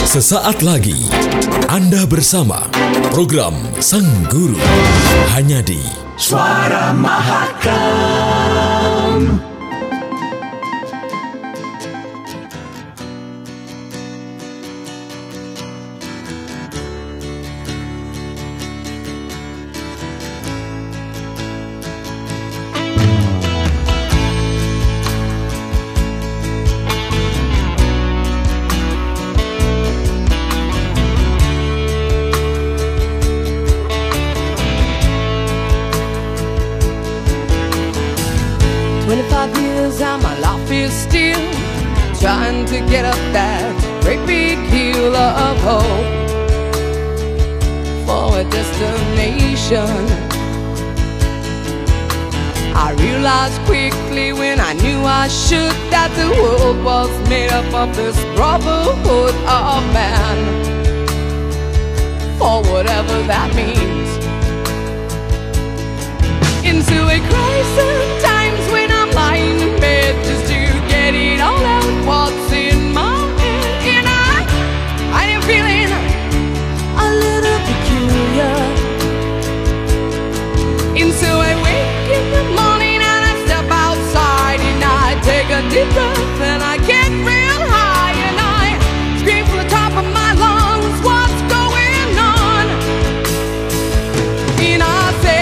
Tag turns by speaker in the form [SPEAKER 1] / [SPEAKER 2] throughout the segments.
[SPEAKER 1] Sesaat lagi Anda bersama program Sang Guru hanya di
[SPEAKER 2] Suara Mahakam.
[SPEAKER 3] And my life is still trying to get up that great big hill of hope for a destination. I realized quickly when I knew I should that the world was made up of this brotherhood of man, for whatever that means. Into a crisis times when I'm lying in bed just to get it all out what's in my head. And I am feeling a little peculiar. And so I wake in the morning and I step outside and I take a deep breath and I get real high and I scream from the top of my lungs, what's going on? And I say,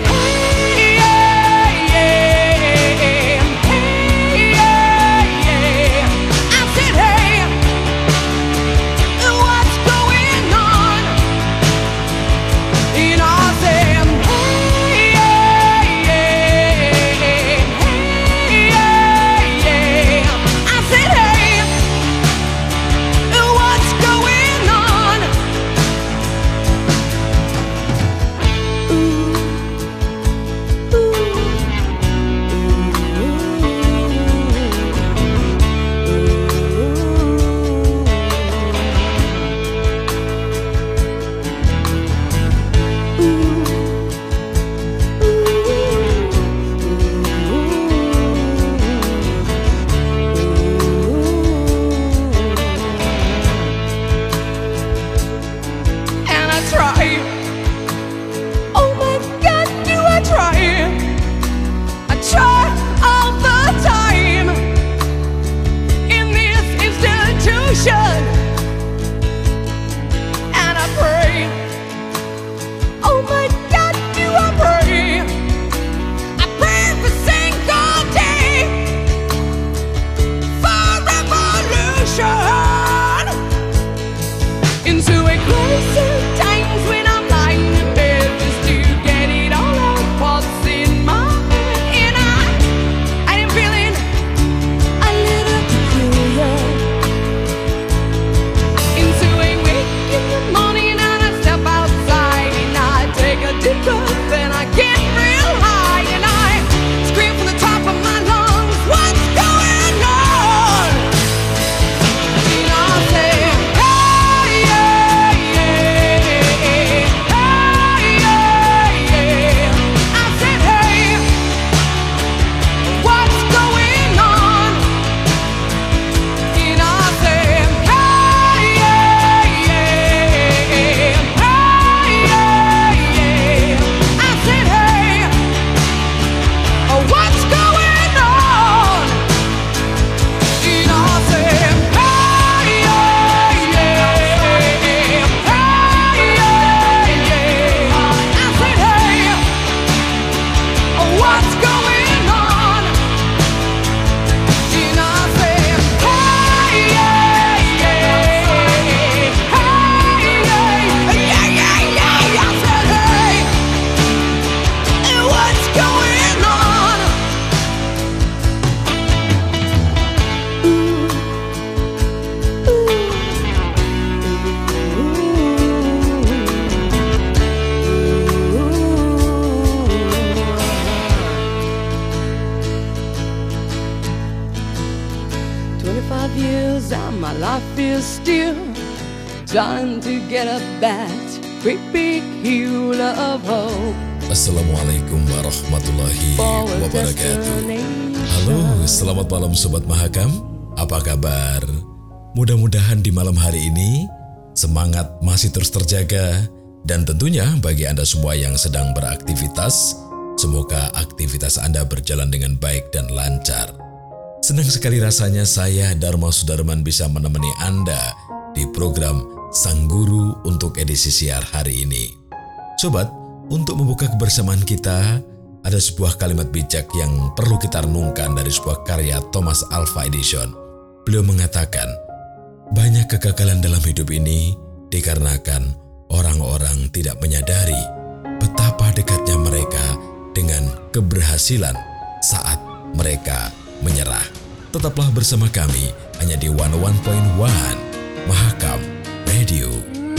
[SPEAKER 3] my life is still trying to get up that great big hill of hope.
[SPEAKER 1] Assalamualaikum warahmatullahi wabarakatuh. Halo, selamat malam Sobat Mahakam. Apa kabar? Mudah-mudahan di malam hari ini semangat masih terus terjaga, dan tentunya bagi Anda semua yang sedang beraktivitas, semoga aktivitas Anda berjalan dengan baik dan lancar. Senang sekali rasanya saya, Dharma Sudarman, bisa menemani Anda di program Sang Guru untuk edisi siar hari ini. Sobat, untuk membuka kebersamaan kita, ada sebuah kalimat bijak yang perlu kita renungkan dari sebuah karya Thomas Alva Edison. Beliau mengatakan, banyak kegagalan dalam hidup ini dikarenakan orang-orang tidak menyadari betapa dekatnya mereka dengan keberhasilan saat mereka menyerah. Tetaplah bersama kami hanya di 101.1 Mahakam Radio.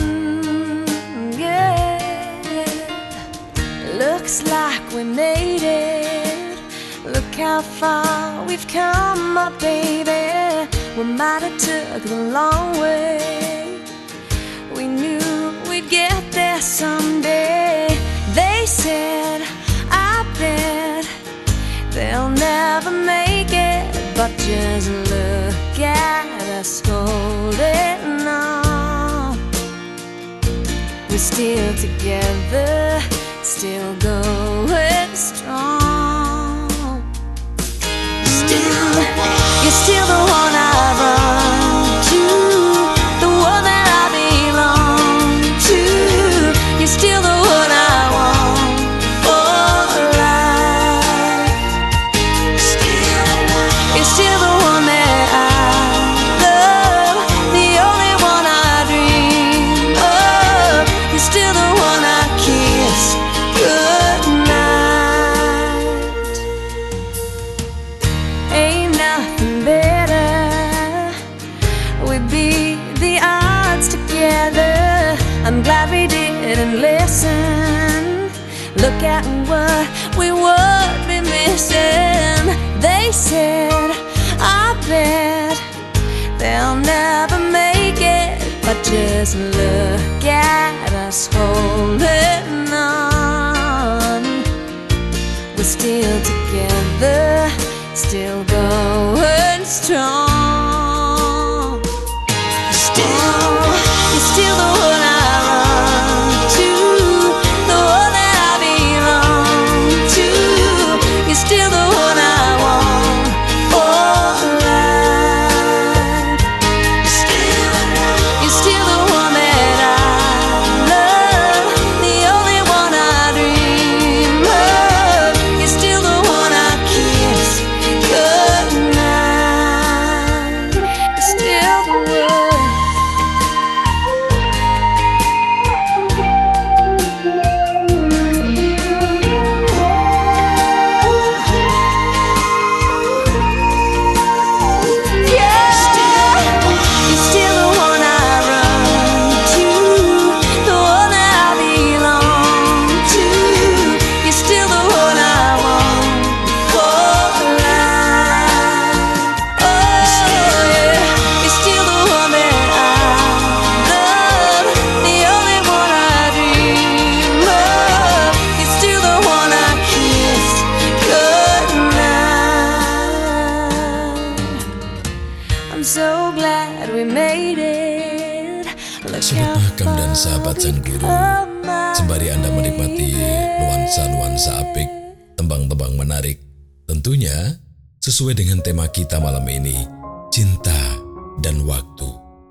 [SPEAKER 2] Looks like we made it. Look how far we've come, my baby. We might have took the long way. We knew we'd get there someday. They said, I bet they'll never make it, but just look at us holding on. We're still together, still going strong. You're still the one I run to, the one that I belong to. You're still the one I want for life. You're still the one that I love, the only one I dream of. You're still the one I kiss goodnight. Ain't nothing better. We beat the odds together. I'm glad we didn't listen. Look at what we would be missing. They said, I bet they'll never make it, but just look at us holding on. We're still together, still going strong. You're still the one I run to, the one that I belong to. You're still the one I want for life. You're still the one that I love, the only one I dream of. You're still the one I kiss goodnight. You're still the one. You're still the one I run to, the one that I belong to. You're still the one I want for life. Oh yeah, you're still the one that I love, the only one I dream of. You're still the one I kiss goodnight. I'm so glad we made it. Look
[SPEAKER 1] Sobat
[SPEAKER 2] how
[SPEAKER 1] Mahakam dan
[SPEAKER 2] far
[SPEAKER 1] sahabat Sang
[SPEAKER 2] we've
[SPEAKER 1] Guru,
[SPEAKER 2] come, my
[SPEAKER 1] sembari Anda menikmati nuansa-nuansa apik, tembang-tembang menarik, tentunya sesuai dengan tema kita malam ini, cinta dan waktu.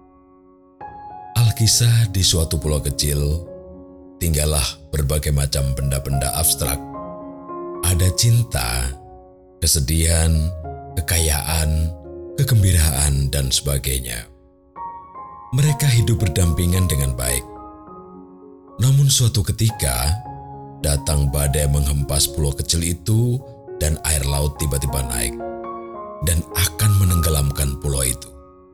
[SPEAKER 1] Alkisah di suatu pulau kecil, tinggallah berbagai macam benda-benda abstrak. Ada cinta, kesedihan, kekayaan, kegembiraan, dan sebagainya. Mereka hidup berdampingan dengan baik. Namun suatu ketika, datang badai menghempas pulau kecil itu dan air laut tiba-tiba naik dan akan menenggelamkan pulau itu.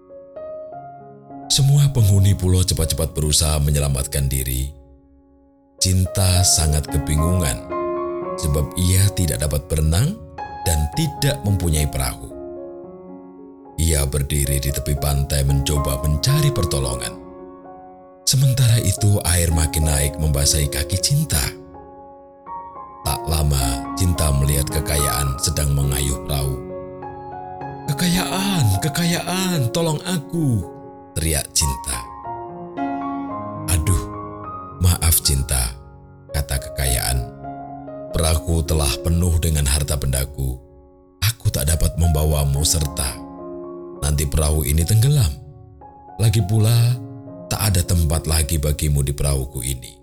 [SPEAKER 1] Semua penghuni pulau cepat-cepat berusaha menyelamatkan diri. Cinta sangat kebingungan sebab ia tidak dapat berenang dan tidak mempunyai perahu. Ia berdiri di tepi pantai mencoba mencari pertolongan. Sementara itu air makin naik membasahi kaki Cinta. Tak lama Cinta melihat kekayaan sedang mengayuh perahu. "Kekayaan, kekayaan, tolong aku!" teriak Cinta. Maaf cinta, kata kekayaan. Perahu telah penuh dengan harta bendaku. Aku tak dapat membawamu serta. Nanti perahu ini tenggelam. Lagi pula, tak ada tempat lagi bagimu di perahuku ini.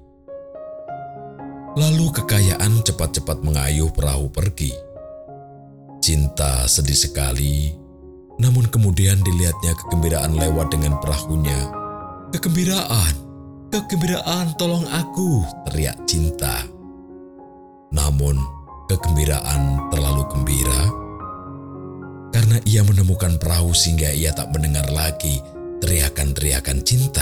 [SPEAKER 1] Lalu kekayaan cepat-cepat mengayuh perahu pergi. Cinta sedih sekali, namun kemudian dilihatnya kegembiraan lewat dengan perahunya. Kegembiraan, kegembiraan, tolong aku, teriak cinta. Namun, kegembiraan terlalu gembira karena ia menemukan perahu sehingga ia tak mendengar lagi teriakan-teriakan cinta.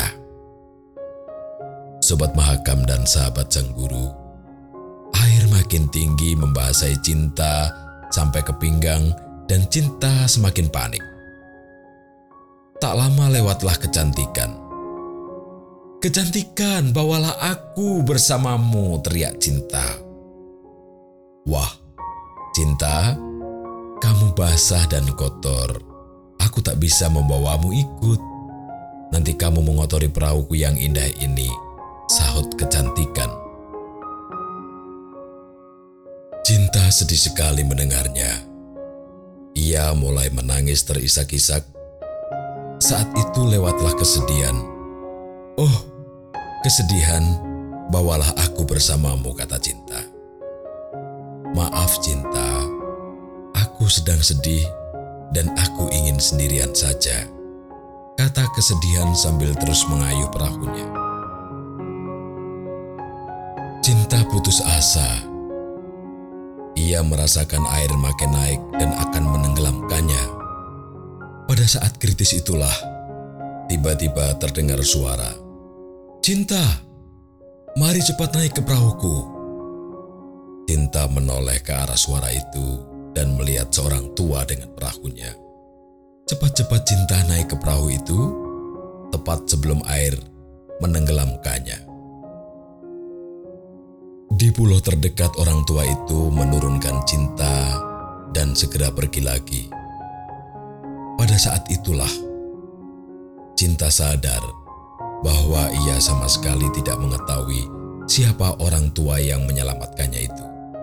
[SPEAKER 1] Sobat Mahakam dan sahabat sang guru, air makin tinggi membasahi cinta sampai ke pinggang dan cinta semakin panik. Tak lama lewatlah kecantikan. Kecantikan, bawalah aku bersamamu, teriak cinta. Wah, cinta, kamu basah dan kotor. Aku tak bisa membawamu ikut. Nanti kamu mengotori perahuku yang indah ini, sahut kecantikan. Cinta sedih sekali mendengarnya. Ia mulai menangis terisak-isak. Saat itu lewatlah kesedihan. Oh, kesedihan, bawalah aku bersamamu, kata cinta. Maaf cinta, aku sedang sedih dan aku ingin sendirian saja, kata kesedihan sambil terus mengayuh perahunya. Cinta putus asa. Ia merasakan air makin naik dan akan menenggelamkannya. Pada saat kritis itulah, tiba-tiba terdengar suara. Cinta, mari cepat naik ke perahuku. Cinta menoleh ke arah suara itu dan melihat seorang tua dengan perahunya. Cepat-cepat Cinta naik ke perahu itu, tepat sebelum air menenggelamkannya. Di pulau terdekat orang tua itu menurunkan Cinta dan segera pergi lagi. Pada saat itulah, Cinta sadar bahwa ia sama sekali tidak mengetahui siapa orang tua yang menyelamatkannya itu.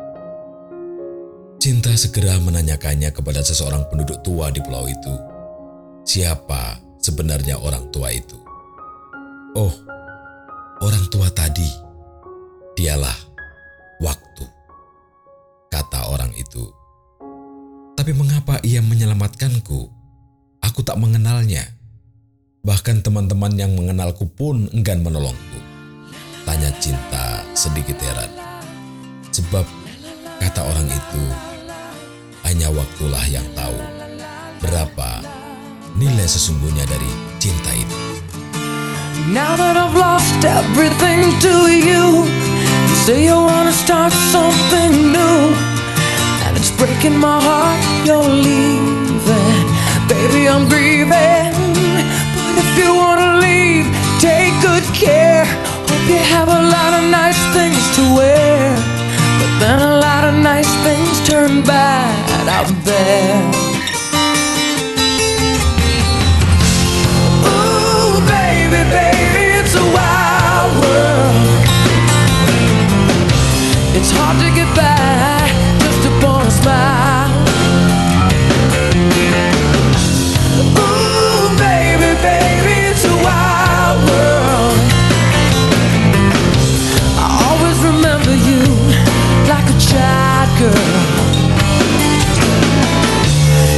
[SPEAKER 1] Cinta segera menanyakannya kepada seseorang penduduk tua di pulau itu. Siapa sebenarnya orang tua itu? Oh, orang tua tadi. Dialah waktu, kata orang itu. Tapi mengapa ia menyelamatkanku? Aku tak mengenalnya. Bahkan teman-teman yang mengenalku pun enggan menolongku. Tanya Cinta sedikit heran. Sebab, kata orang itu, hanya waktulah yang tahu berapa nilai sesungguhnya dari cinta itu.
[SPEAKER 3] Now that I've lost everything to you, you say you wanna start something new, and it's breaking my heart you're leaving. Baby, I'm grieving, but if you wanna leave, take good care. Hope you have a lot of nice things to wear, but then a lot of nice things turn bad out there. Ooh, baby, baby, it's a wild world. It's hard to get by just upon a smile. Ooh, baby, baby, it's a wild world. I always remember you like a child girl.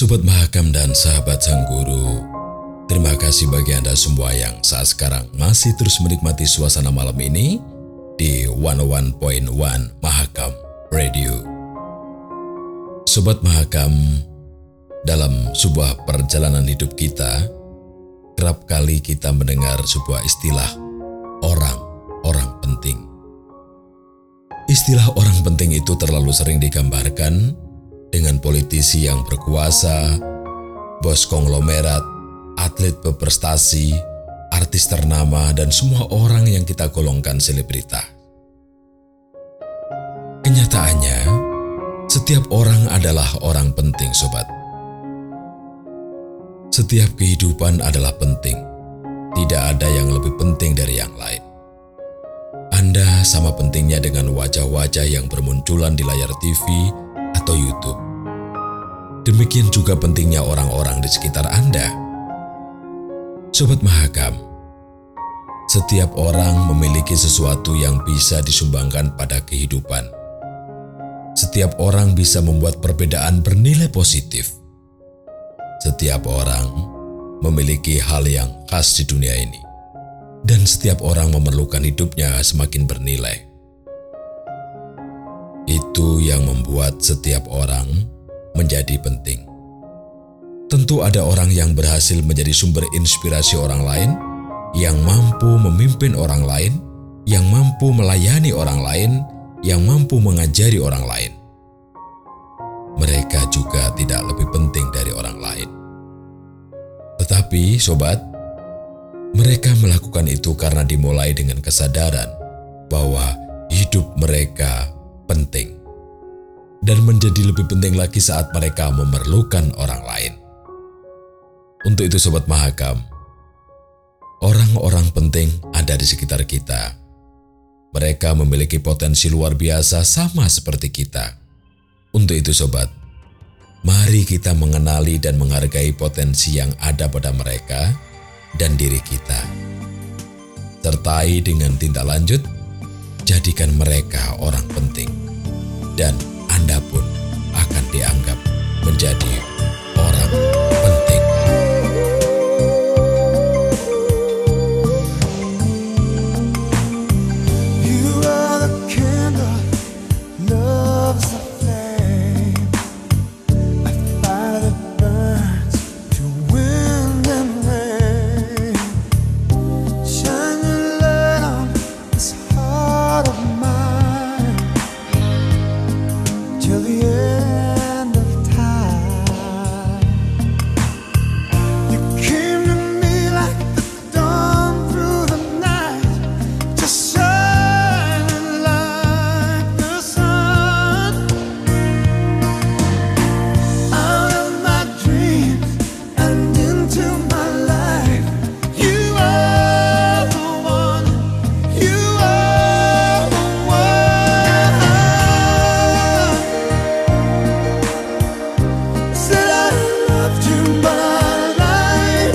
[SPEAKER 1] Sobat Mahakam dan sahabat Sang Guru, terima kasih bagi Anda semua yang saat sekarang masih terus menikmati suasana malam ini di 101.1 Mahakam Radio. Sobat Mahakam, dalam sebuah perjalanan hidup kita, kerap kali kita mendengar sebuah istilah orang penting. Istilah orang penting itu terlalu sering digambarkan dengan politisi yang berkuasa, bos konglomerat, atlet berprestasi, artis ternama, dan semua orang yang kita golongkan selebritas. Kenyataannya, setiap orang adalah orang penting, sobat. Setiap kehidupan adalah penting. Tidak ada yang lebih penting dari yang lain. Anda sama pentingnya dengan wajah-wajah yang bermunculan di layar TV atau YouTube. Demikian juga pentingnya orang-orang di sekitar Anda. Sobat Mahakam, setiap orang memiliki sesuatu yang bisa disumbangkan pada kehidupan. Setiap orang bisa membuat perbedaan bernilai positif. Setiap orang memiliki hal yang khas di dunia ini. Dan setiap orang memerlukan hidupnya semakin bernilai. Itu yang membuat setiap orang menjadi penting. Tentu ada orang yang berhasil menjadi sumber inspirasi orang lain, yang mampu memimpin orang lain, yang mampu melayani orang lain, yang mampu mengajari orang lain. Mereka juga tidak lebih penting dari orang lain. Tetapi, sobat, mereka melakukan itu karena dimulai dengan kesadaran bahwa hidup mereka penting dan menjadi lebih penting lagi saat mereka memerlukan orang lain. Untuk itu, sobat Mahakam, orang-orang penting ada di sekitar kita. Mereka memiliki potensi luar biasa sama seperti kita. Untuk itu, sobat, mari kita mengenali dan menghargai potensi yang ada pada mereka dan diri kita. Sertai dengan tindak lanjut, jadikan mereka orang penting. Dan Anda pun akan dianggap menjadi orang penting.
[SPEAKER 4] You are the candle, love's the flame, a fire that burns to wind and rain. Shine your light on this heart of mine till the end of time. You came to me like the dawn through the night, just shining like the sun. Out of my dreams and into my life, you are the one, you are the one. Said I loved you, but I lied,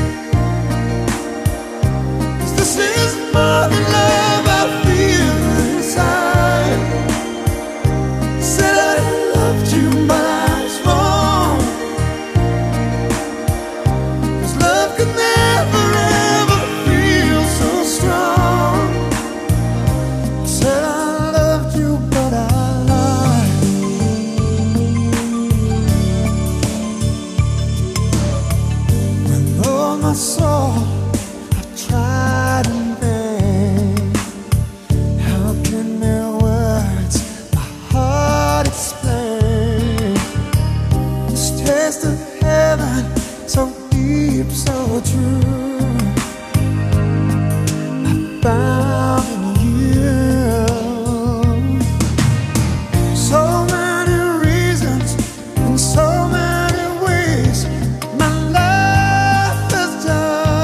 [SPEAKER 4] 'cause this is more than love I feel inside. Said I loved you, but I was wrong, 'cause love could never ever feel so strong. Said I loved you, but I lied. With all my soul, I tried in vain. How can mere words my heart explain this taste of heaven, so deep, so true? I found in you so many reasons and so many ways my life has done.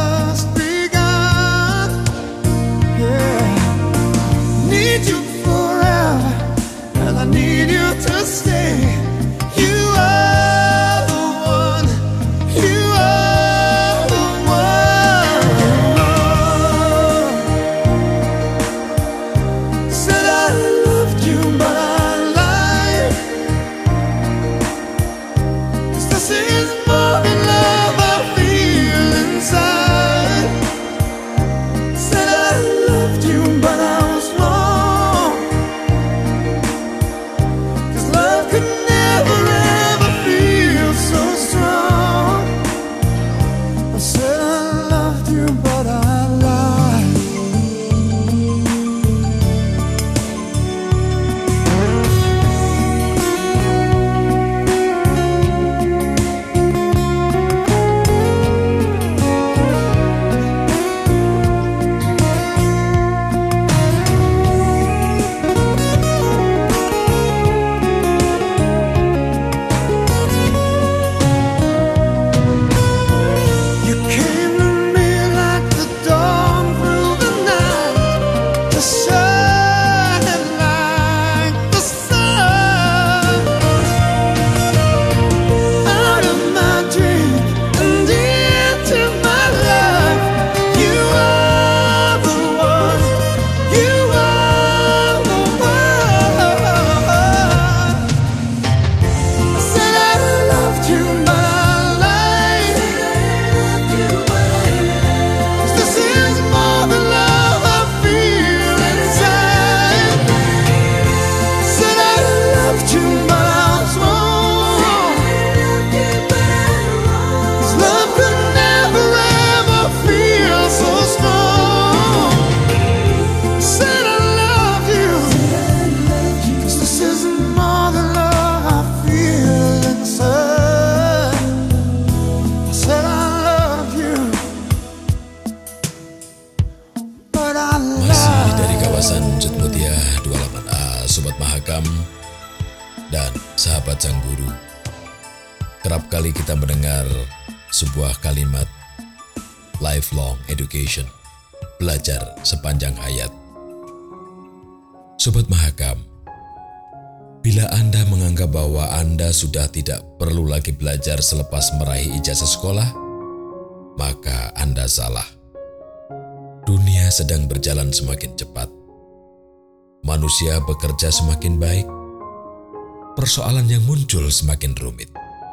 [SPEAKER 1] Mahakam dan sahabat sang guru. Kerap kali kita mendengar sebuah kalimat lifelong education, belajar sepanjang hayat. Sobat Mahakam, bila Anda menganggap bahwa Anda sudah tidak perlu lagi belajar selepas meraih ijazah sekolah, maka Anda salah. Dunia sedang berjalan semakin cepat. Manusia bekerja semakin baik. Persoalan yang muncul semakin rumit.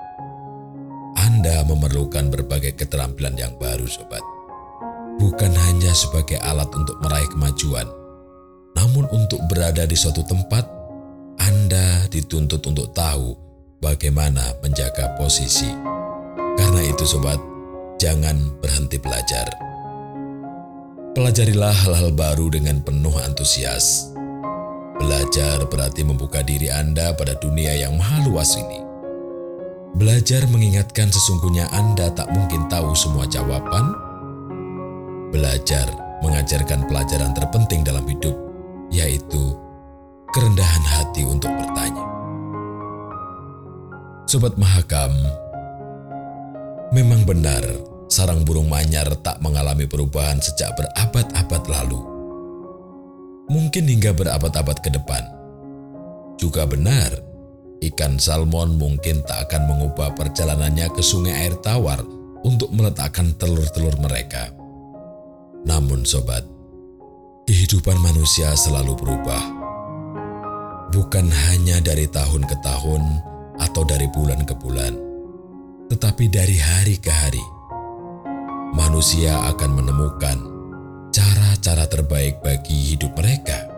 [SPEAKER 1] Anda memerlukan berbagai keterampilan yang baru, sobat. Bukan hanya sebagai alat untuk meraih kemajuan, namun untuk berada di suatu tempat, Anda dituntut untuk tahu bagaimana menjaga posisi. Karena itu, sobat, jangan berhenti belajar. Pelajarilah hal-hal baru dengan penuh antusias. Belajar berarti membuka diri Anda pada dunia yang maha luas ini. Belajar mengingatkan sesungguhnya Anda tak mungkin tahu semua jawaban. Belajar mengajarkan pelajaran terpenting dalam hidup, yaitu kerendahan hati untuk bertanya. Sobat Mahakam, memang benar sarang burung manyar tak mengalami perubahan sejak berabad-abad lalu. Mungkin hingga berabad-abad ke depan. Juga benar, ikan salmon mungkin tak akan mengubah perjalanannya ke sungai air tawar untuk meletakkan telur-telur mereka. Namun sobat, kehidupan manusia selalu berubah. Bukan hanya dari tahun ke tahun atau dari bulan ke bulan, tetapi dari hari ke hari. Manusia akan menemukan cara-cara terbaik bagi hidup mereka.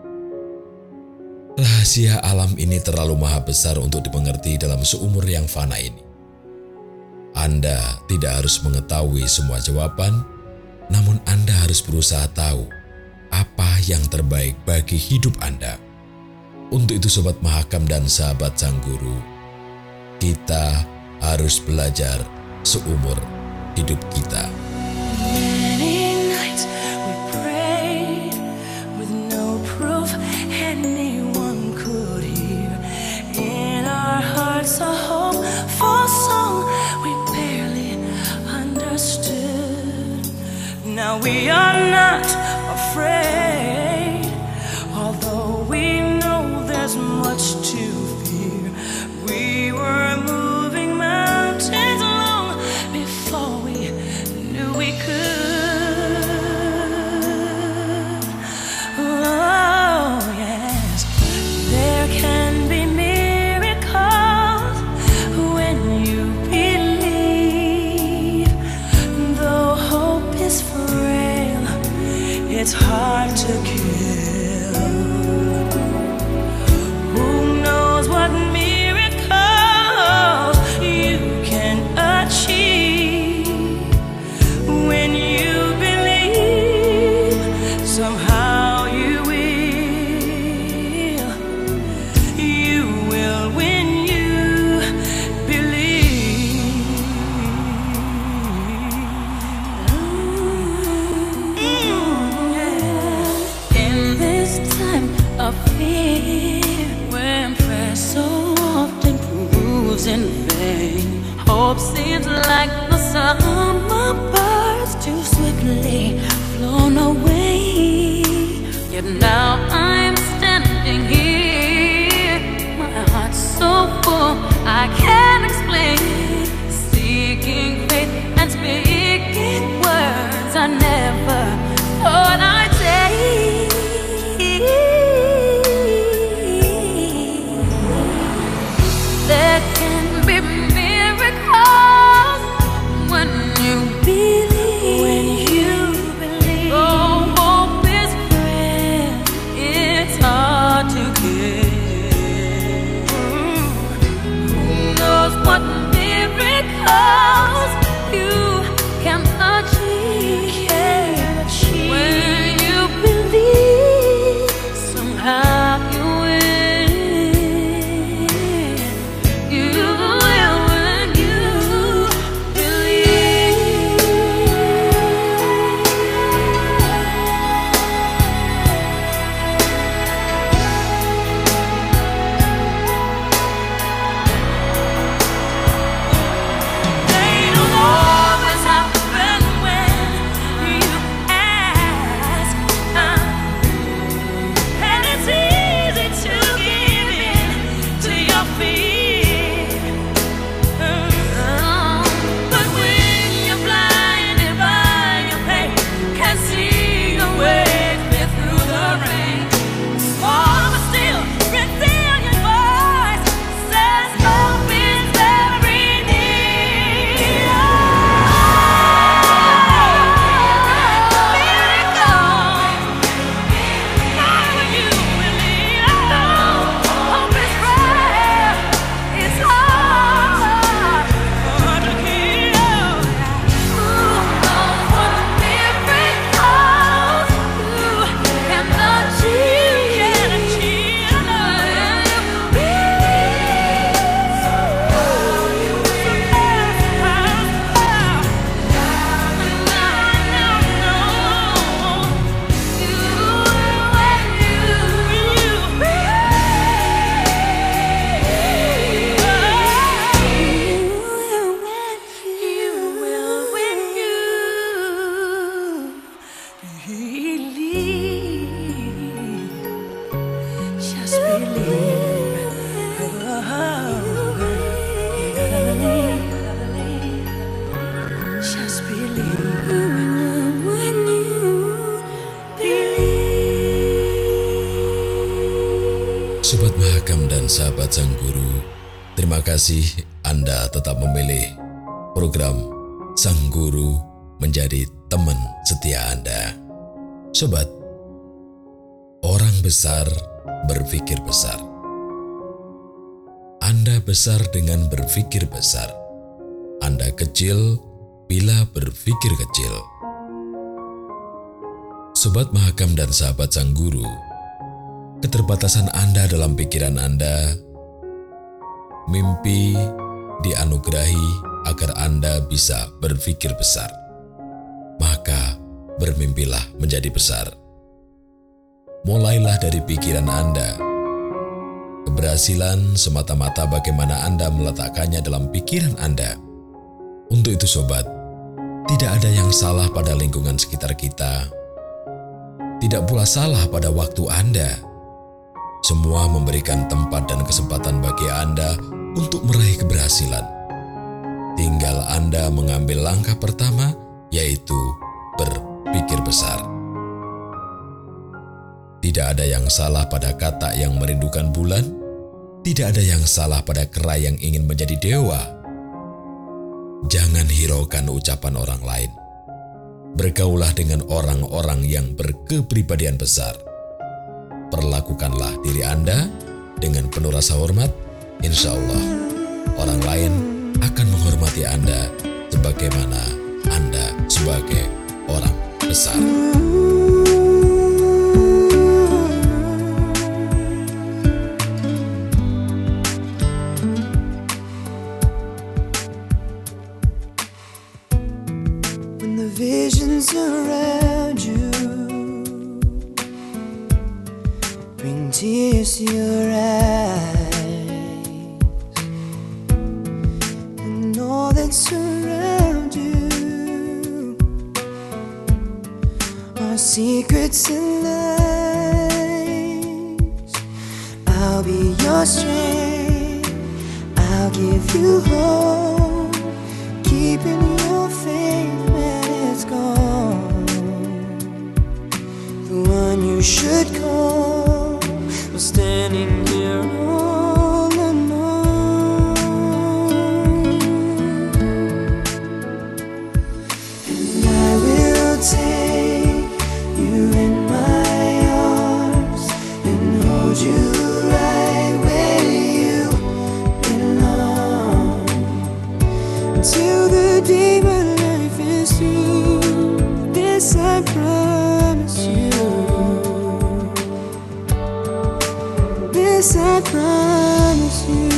[SPEAKER 1] Rahasia alam ini terlalu maha besar untuk dimengerti dalam seumur yang fana ini. Anda tidak harus mengetahui semua jawaban, namun Anda harus berusaha tahu apa yang terbaik bagi hidup Anda. Untuk itu Sobat Mahakam dan sahabat sang guru, kita harus belajar seumur hidup kita.
[SPEAKER 2] Many nights we prayed with no proof anyone could hear. In our hearts a hopeful song we barely understood. Now we are not afraid, although we know there's much to fear. We were moving mountains long before we knew we could. Oh yes, there can be miracles when you believe. Though hope is frail, it's hard to kill. Who knows what miracles you can achieve when you believe. Somehow you will when you believe. In this time of fear, when prayer so often proves in vain, hope seems like the summer birds too swiftly flown away. Yet now I'm standing here, my heart's so full I can't explain, seeking faith and speaking words I never thought I'd say. There can be miracles when you believe. When you believe. Oh, hope is frail, it's hard to get. Who knows what miracles when you believe.
[SPEAKER 1] Sobat Mahakam dan sahabat Sang Guru, terima kasih Anda tetap memilih program Sang Guru menjadi teman setia Anda. Sobat, orang besar berpikir besar. Anda besar dengan berpikir besar. Anda kecil bila berpikir kecil. Sobat Mahakam dan sahabat Sang Guru, keterbatasan Anda dalam pikiran Anda, mimpi dianugerahi agar Anda bisa berpikir besar. Maka bermimpilah menjadi besar. Mulailah dari pikiran Anda. Keberhasilan semata-mata bagaimana Anda meletakkannya dalam pikiran Anda. Untuk itu sobat, tidak ada yang salah pada lingkungan sekitar kita. Tidak pula salah pada waktu Anda. Semua memberikan tempat dan kesempatan bagi Anda untuk meraih keberhasilan. Tinggal Anda mengambil langkah pertama, yaitu berpikir besar. Tidak ada yang salah pada kata yang merindukan bulan. Tidak ada yang salah pada kera yang ingin menjadi dewa. Jangan hiraukan ucapan orang lain. Bergaulah dengan orang-orang yang berkepribadian besar. Perlakukanlah diri Anda dengan penuh rasa hormat. Insya Allah, orang lain akan menghormati Anda sebagaimana Anda sebagai orang besar.
[SPEAKER 4] Visions around you bring tears to your eyes, and all that surround you are secrets and lies. I'll be your strength, I'll give you hope, keeping your faith gone. The one you should call was standing here all alone. And I will take you in my arms and hold you right where you belong until the day my life is through. This I promise you. This I promise you.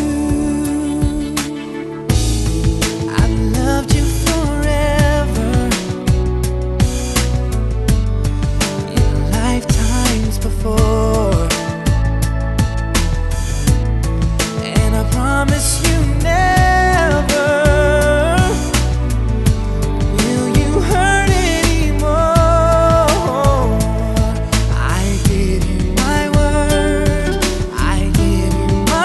[SPEAKER 4] I've loved you forever in lifetimes before, and I promise you never will you hurt. I give you my word, I give you my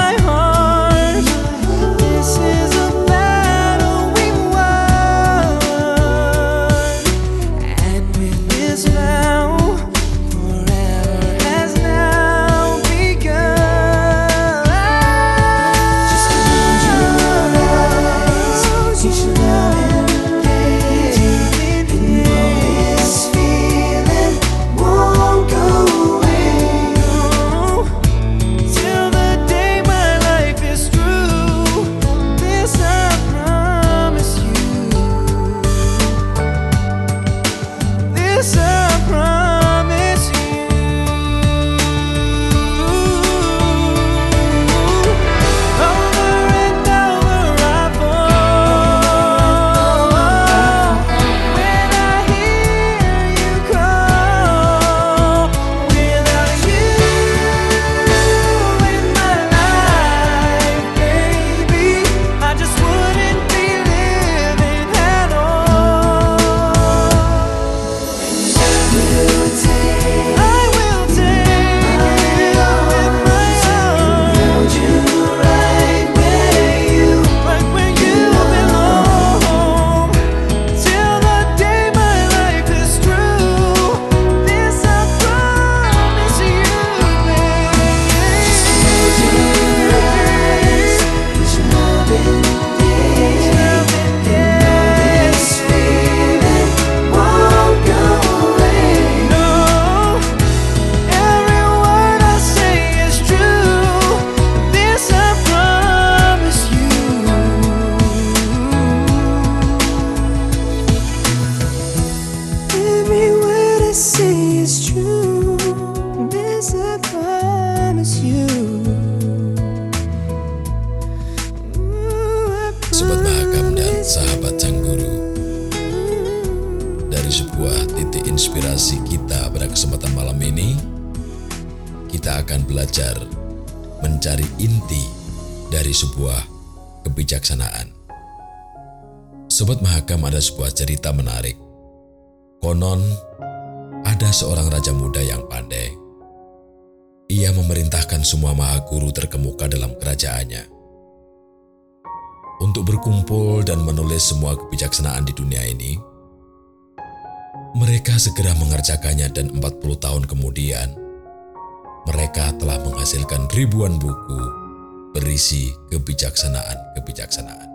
[SPEAKER 1] inspirasi kita pada kesempatan malam ini, kita akan belajar mencari inti dari sebuah kebijaksanaan. Sobat Mahakam, ada sebuah cerita menarik. Konon, ada seorang raja muda yang pandai. Ia memerintahkan semua mahaguru terkemuka dalam kerajaannya untuk berkumpul dan menulis semua kebijaksanaan di dunia ini. Mereka segera mengerjakannya dan 40 tahun kemudian, mereka telah menghasilkan ribuan buku berisi kebijaksanaan-kebijaksanaan.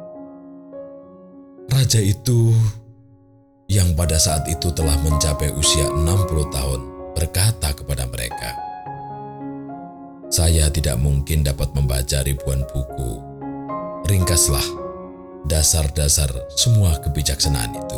[SPEAKER 1] Raja itu yang pada saat itu telah mencapai usia 60 tahun berkata kepada mereka, "Saya tidak mungkin dapat membaca ribuan buku. Ringkaslah dasar-dasar semua kebijaksanaan itu."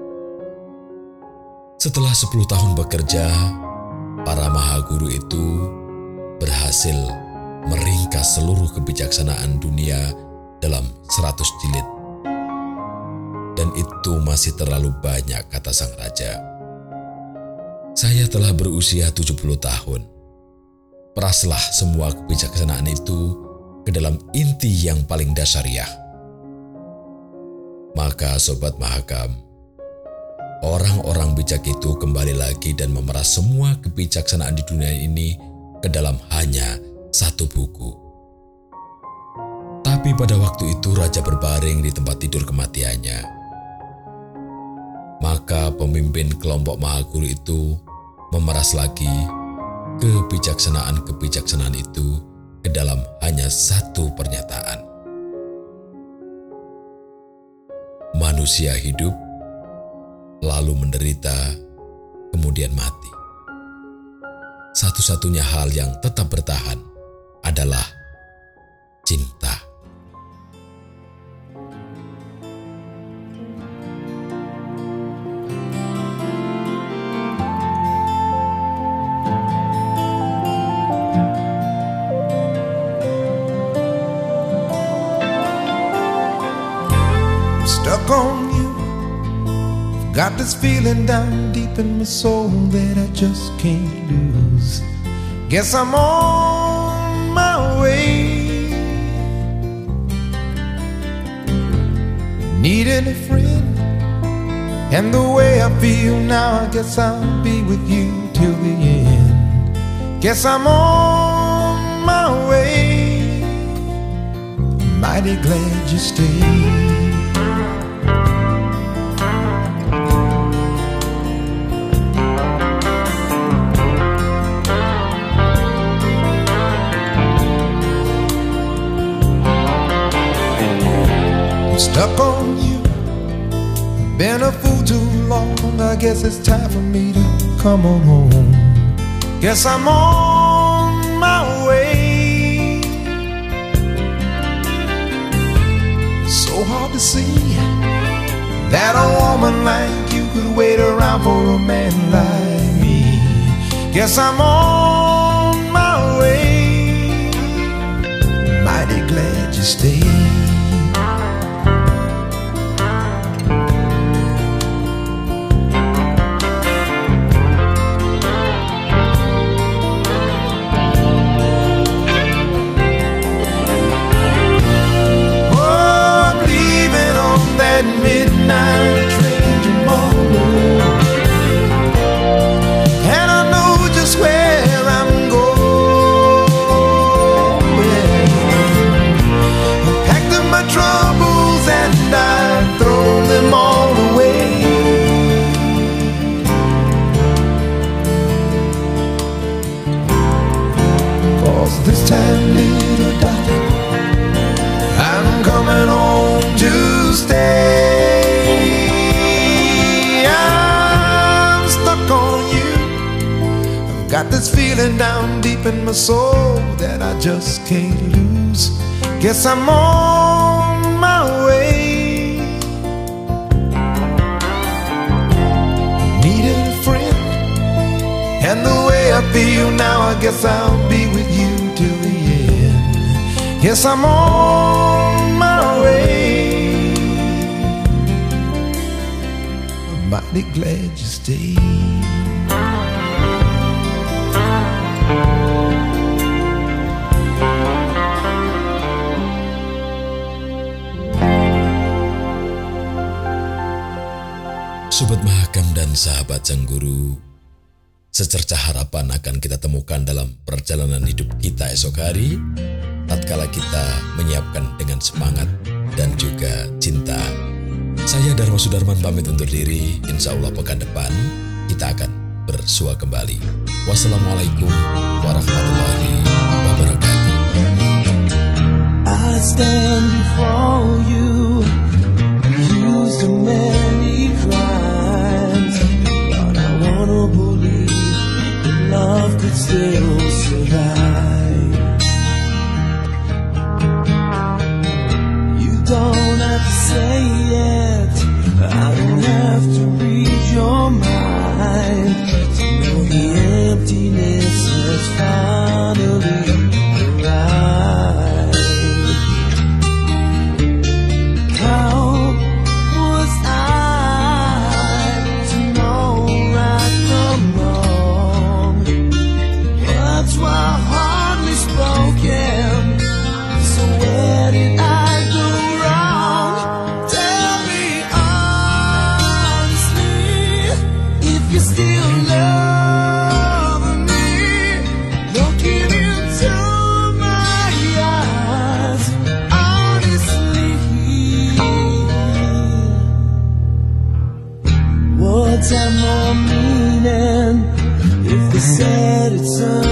[SPEAKER 1] Setelah 10 tahun bekerja, para mahaguru itu berhasil meringkas seluruh kebijaksanaan dunia dalam 100 jilid. Dan itu masih terlalu banyak, kata sang raja. "Saya telah berusia 70 tahun. Peraslah semua kebijaksanaan itu ke dalam inti yang paling dasariah." Maka Sobat Mahakam, orang-orang bijak itu kembali lagi dan memeras semua kebijaksanaan di dunia ini ke dalam hanya satu buku. Tapi pada waktu itu raja berbaring di tempat tidur kematiannya. Maka pemimpin kelompok mahaguru itu memeras lagi kebijaksanaan-kebijaksanaan itu ke dalam hanya satu pernyataan. Manusia hidup, lalu menderita, kemudian mati. Satu-satunya hal yang tetap bertahan adalah cinta.
[SPEAKER 4] Stuck on you. Got this feeling down deep in my soul that I just can't lose. Guess I'm on my way. Needing a friend, and the way I feel now, I guess I'll be with you till the end. Guess I'm on my way. Mighty glad you stayed. Stuck on you, been a fool too long. I guess it's time for me to come on home. Guess I'm on my way. So hard to see that a woman like you could wait around for a man like me. Guess I'm on my way. Mighty glad you stayed. Midnight train tomorrow, and I know just where I'm going. I packed up my troubles and I throw them all away. Cause this time, little darling, I'm coming home to stay. Got this feeling down deep in my soul that I just can't lose. Guess I'm on my way. Needed a friend, and the way I feel now, I guess I'll be with you till the end. Guess I'm on my way. mighty glad you stayed.
[SPEAKER 1] Sobat Mahakam dan sahabat Sang Guru, secercah harapan akan kita temukan dalam perjalanan hidup kita esok hari, tatkala kita menyiapkan dengan semangat dan juga cinta. Saya Dharma Sudarman pamit undur diri. Insya Allah pekan depan kita akan bersua kembali. Wassalamualaikum warahmatullahi wabarakatuh.
[SPEAKER 5] I stand before you, used to many crimes, but I wanna believe that love could still survive. You don't have to say it, I don't have to read your mind to know the emptiness has finally arrived. How was I to know right from wrong? Words were hardly spoken, so where did I go wrong? Tell me honestly, if you still love me, looking into my eyes, honestly. Words have more meaning if they said it's